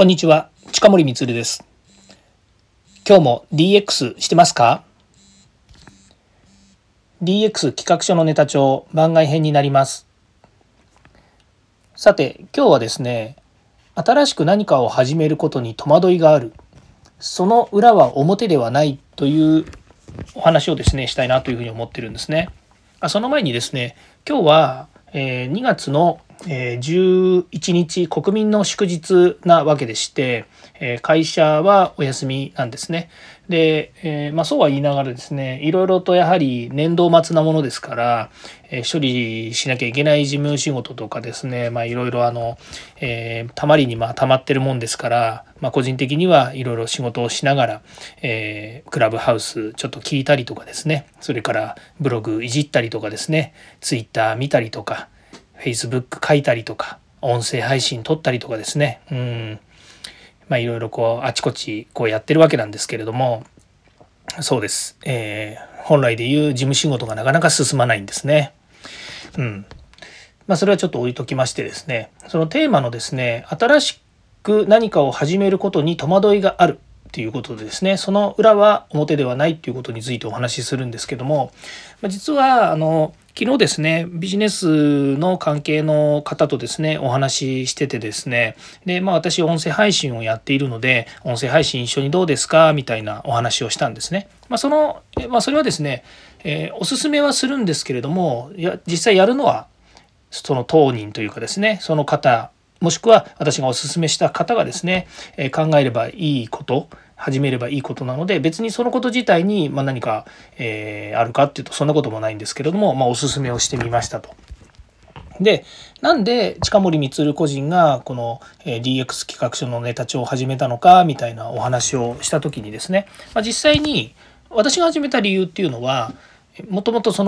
こんにちは、近森光です。今日も DX してますか？ DX 企画書のネタ帳番外編になります。さて、今日はですね、新しく何かを始めることに戸惑いがある。その裏は表ではないというお話をですね、したいなというふうに思ってるんですね。その前にですね、今日は2月の11日国民の祝日なわけでして、会社はお休みなんですね。で、そうは言いながらですね、いろいろとやはり年度末なものですから、処理しなきゃいけない事務仕事とかですね、いろいろたまりにたまってるもんですから、個人的にはいろいろ仕事をしながら、クラブハウスちょっと聞いたりとかですね、それからブログいじったりとかですね、ツイッター見たりとか、Facebook 書いたりとか、音声配信撮ったりとかですね、いろいろあちこちやってるわけなんですけれども、そうです、本来でいう事務仕事がなかなか進まないんですね。それはちょっと置いときましてですね、そのテーマのですね、新しく何かを始めることに戸惑いがあるということでですね、その裏は表ではないということについてお話しするんですけども、実は昨日ですね、ビジネスの関係の方とですね、お話ししててですね、で、私音声配信をやっているので、音声配信一緒にどうですかみたいなお話をしたんですね。それはですね、おすすめはするんですけれども、実際やるのはその当人というかですね、その方、もしくは私がお勧めした方がですね、考えればいいこと、始めればいいことなので、別にそのこと自体に何かあるかっていうとそんなこともないんですけれども、お勧めをしてみましたと。で、なんで近森光個人がこの DX 企画書のネタ帳を始めたのかみたいなお話をした時にですね、実際に私が始めた理由っていうのは、もともと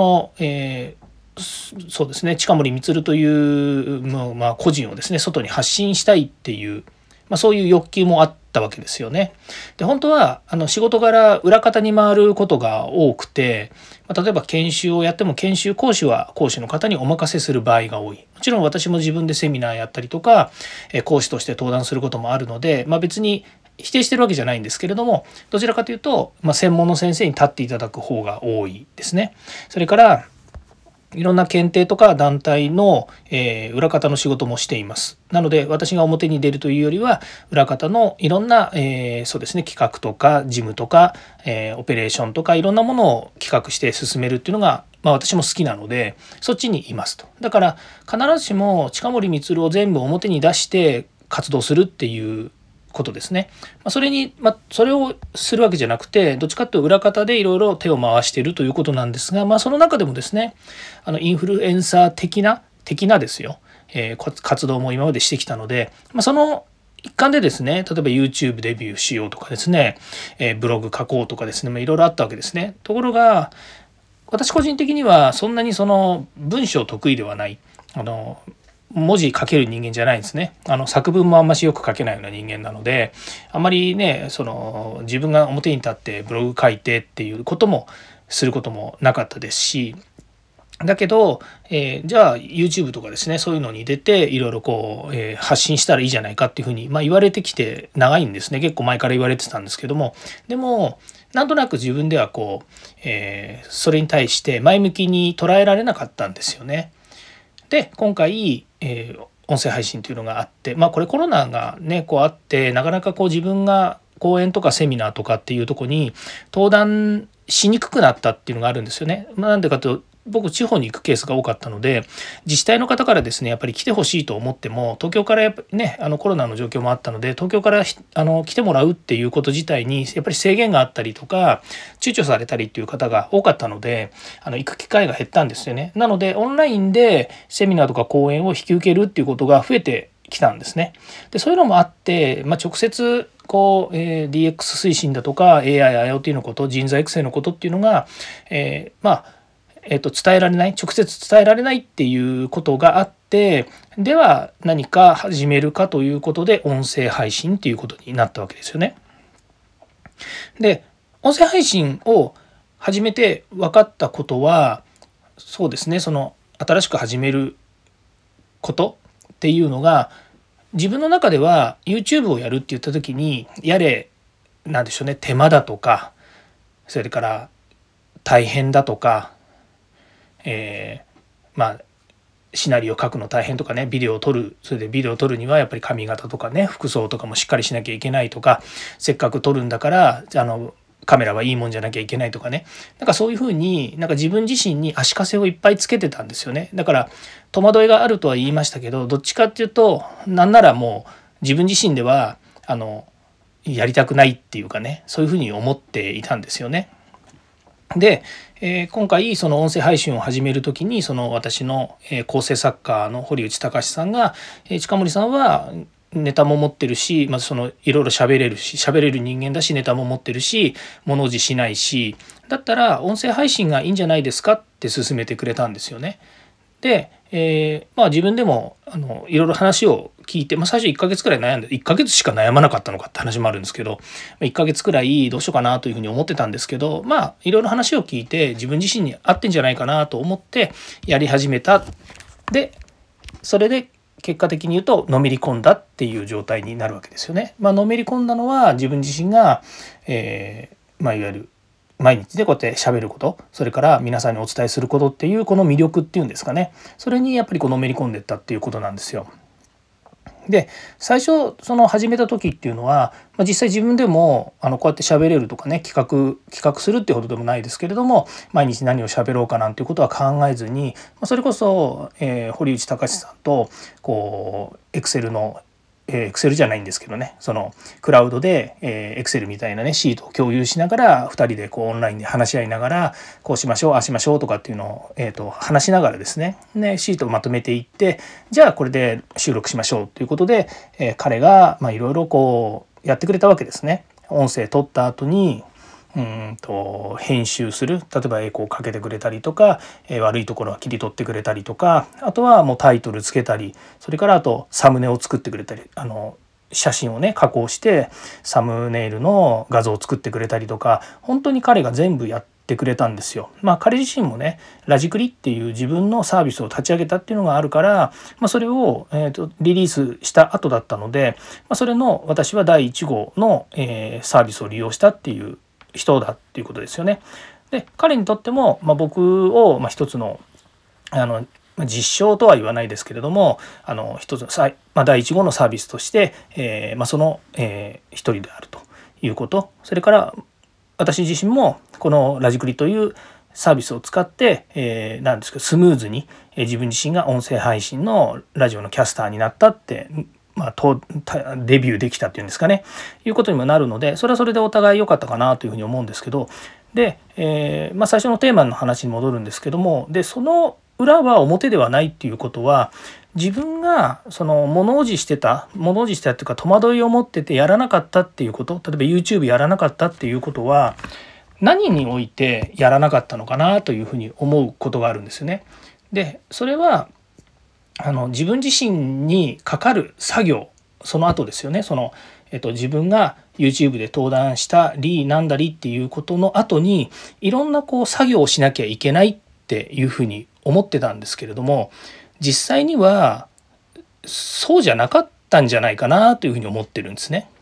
そうですね、近森光という個人をですね外に発信したいっていう、そういう欲求もあったわけですよね。で、本当は仕事柄裏方に回ることが多くて、例えば研修をやっても研修講師は講師の方にお任せする場合が多い。もちろん私も自分でセミナーやったりとか講師として登壇することもあるので、別に否定してるわけじゃないんですけれども、どちらかというと、専門の先生に立っていただく方が多いですね。それからいろんな検定とか団体の、裏方の仕事もしています。なので私が表に出るというよりは裏方のいろんな、そうですね、企画とか事務とか、オペレーションとかいろんなものを企画して進めるっていうのが、私も好きなのでそっちにいますと。だから必ずしも近森光を全部表に出して活動するっていうことですね。それをするわけじゃなくて、どっちかというと裏方でいろいろ手を回しているということなんですが、その中でもですね、インフルエンサー的なですよ、活動も今までしてきたので、その一環でですね、例えば YouTube デビューしようとかですね、ブログ書こうとかですね、いろいろあったわけですね。ところが私個人的にはそんなにその文章得意ではない。文字書ける人間じゃないんですね。作文もあんましよく書けないような人間なので、あんまりね、自分が表に立ってブログ書いてっていうこともすることもなかったですし、だけど、じゃあ YouTube とかですね、そういうのに出ていろいろ発信したらいいじゃないかっていうふうに、言われてきて長いんですね。結構前から言われてたんですけども、でもなんとなく自分ではそれに対して前向きに捉えられなかったんですよね。で、今回、音声配信というのがあって、これコロナがねあってなかなか自分が講演とかセミナーとかっていうとこに登壇しにくくなったっていうのがあるんですよね。なんでかというと、僕地方に行くケースが多かったので、自治体の方からですねやっぱり来てほしいと思っても、東京からやっぱりねコロナの状況もあったので、東京から来てもらうっていうこと自体にやっぱり制限があったりとか躊躇されたりっていう方が多かったので、行く機会が減ったんですよね。なのでオンラインでセミナーとか講演を引き受けるっていうことが増えてきたんですね。で、そういうのもあって、直接DX 推進だとか AI、IoT のこと、人材育成のことっていうのが、伝えられない、直接伝えられないっていうことがあって、では何か始めるかということで音声配信っていうことになったわけですよね。で、音声配信を始めて分かったことは、そうですね、その新しく始めることっていうのが自分の中では YouTube をやるって言った時にやれなんでしょうね、手間だとか、それから大変だとか、シナリオ書くの大変とかね、ビデオを撮る、それでビデオを撮るにはやっぱり髪型とかね、服装とかもしっかりしなきゃいけないとか、せっかく撮るんだからカメラはいいもんじゃなきゃいけないとかね、なんかそういうふうになんか自分自身に足かせをいっぱいつけてたんですよね。だから戸惑いがあるとは言いましたけど、どっちかっていうとなんならもう自分自身ではやりたくないっていうかね、そういうふうに思っていたんですよね。で、今回その音声配信を始める時にその私の構成作家の堀内隆さんが近森さんはネタも持ってるし、まずそのいろいろ喋れる人間だし、ネタも持ってるし、物おじしないし、だったら音声配信がいいんじゃないですかって勧めてくれたんですよね。で、自分でもいろいろ話を聞いて、最初1ヶ月くらい悩んで、1ヶ月しか悩まなかったのかって話もあるんですけど、1ヶ月くらいどうしようかなというふうに思ってたんですけど、いろいろ話を聞いて自分自身に合ってんじゃないかなと思ってやり始めた。でそれで結果的に言うとのめり込んだっていう状態になるわけですよね。のめり込んだのは自分自身が、いわゆる毎日でこうやって喋ること、それから皆さんにお伝えすることっていうこの魅力っていうんですかね、それにやっぱりのめり込んでいったっていうことなんですよ。で最初その始めた時っていうのは、実際自分でもこうやって喋れるとかね、企画するってほどでもないですけれども、毎日何を喋ろうかなんていうことは考えずに、それこそ、堀内隆さんとこうエクセルじゃないんですけどね、そのクラウドでエクセルみたいなねシートを共有しながら2人でこうオンラインで話し合いながら、こうしましょうああしましょうとかっていうのを、話しながらですね、シートをまとめていって、じゃあこれで収録しましょうということで、彼がいろいろこうやってくれたわけですね。音声取った後に編集する、例えばエコーをかけてくれたりとか、悪いところは切り取ってくれたりとか、あとはもうタイトルつけたり、それからあとサムネを作ってくれたり、写真をね加工してサムネイルの画像を作ってくれたりとか、本当に彼が全部やってくれたんですよ。彼自身もねラジクリっていう自分のサービスを立ち上げたっていうのがあるから、それを、リリースした後だったので、それの私は第1号の、サービスを利用したっていう人だっていうことですよね。で彼にとっても、僕を、一つの実証とは言わないですけれども、一つの第1号のサービスとして、その、一人であるということ、それから私自身もこのラジクリというサービスを使って、なんですけどスムーズに、自分自身が音声配信のラジオのキャスターになったってデビューできたっていうんですかね、いうことにもなるので、それはそれでお互い良かったかなというふうに思うんですけど、で、最初のテーマの話に戻るんですけども、でその裏は表ではないっていうことは、自分がその物おじしたっていうか戸惑いを持っててやらなかったっていうこと、例えば YouTube やらなかったっていうことは何においてやらなかったのかなというふうに思うことがあるんですよね。でそれは自分自身にかかる作業、その後ですよね。自分が YouTube で登壇したりなんだりっていうことの後にいろんな作業をしなきゃいけないっていうふうに思ってたんですけれども、実際にはそうじゃなかったんじゃないかなというふうに思ってるんですね。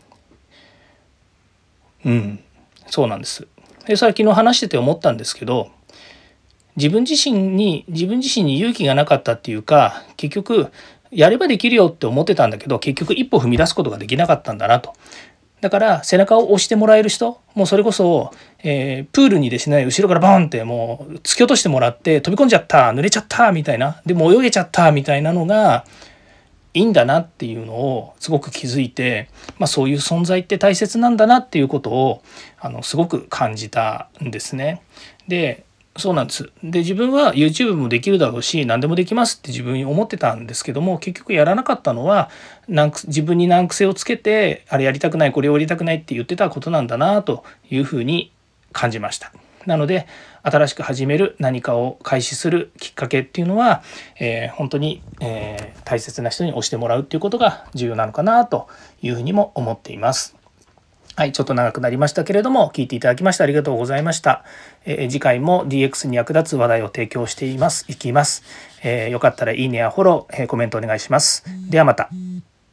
そうなんです。でそれは昨日話してて思ったんですけど、自分自身に勇気がなかったっていうか、結局やればできるよって思ってたんだけど、結局一歩踏み出すことができなかったんだなと。だから背中を押してもらえる人、もうそれこそ、プールにですね後ろからバーンってもう突き落としてもらって飛び込んじゃった、濡れちゃったみたいな、でも泳げちゃったみたいなのがいいんだなっていうのをすごく気づいて、そういう存在って大切なんだなっていうことをすごく感じたんですね。でそうなんです。で自分は YouTube もできるだろうし何でもできますって自分に思ってたんですけども、結局やらなかったのは自分に難癖をつけて、あれやりたくないこれをやりたくないって言ってたことなんだなというふうに感じました。なので新しく始める何かを開始するきっかけっていうのは、本当に、大切な人に押してもらうっていうことが重要なのかなというふうにも思っています。はい、ちょっと長くなりましたけれども聞いていただきましてありがとうございました。次回も DX に役立つ話題を提供していきます。よかったらいいねやフォロー、コメントお願いします。ではまた。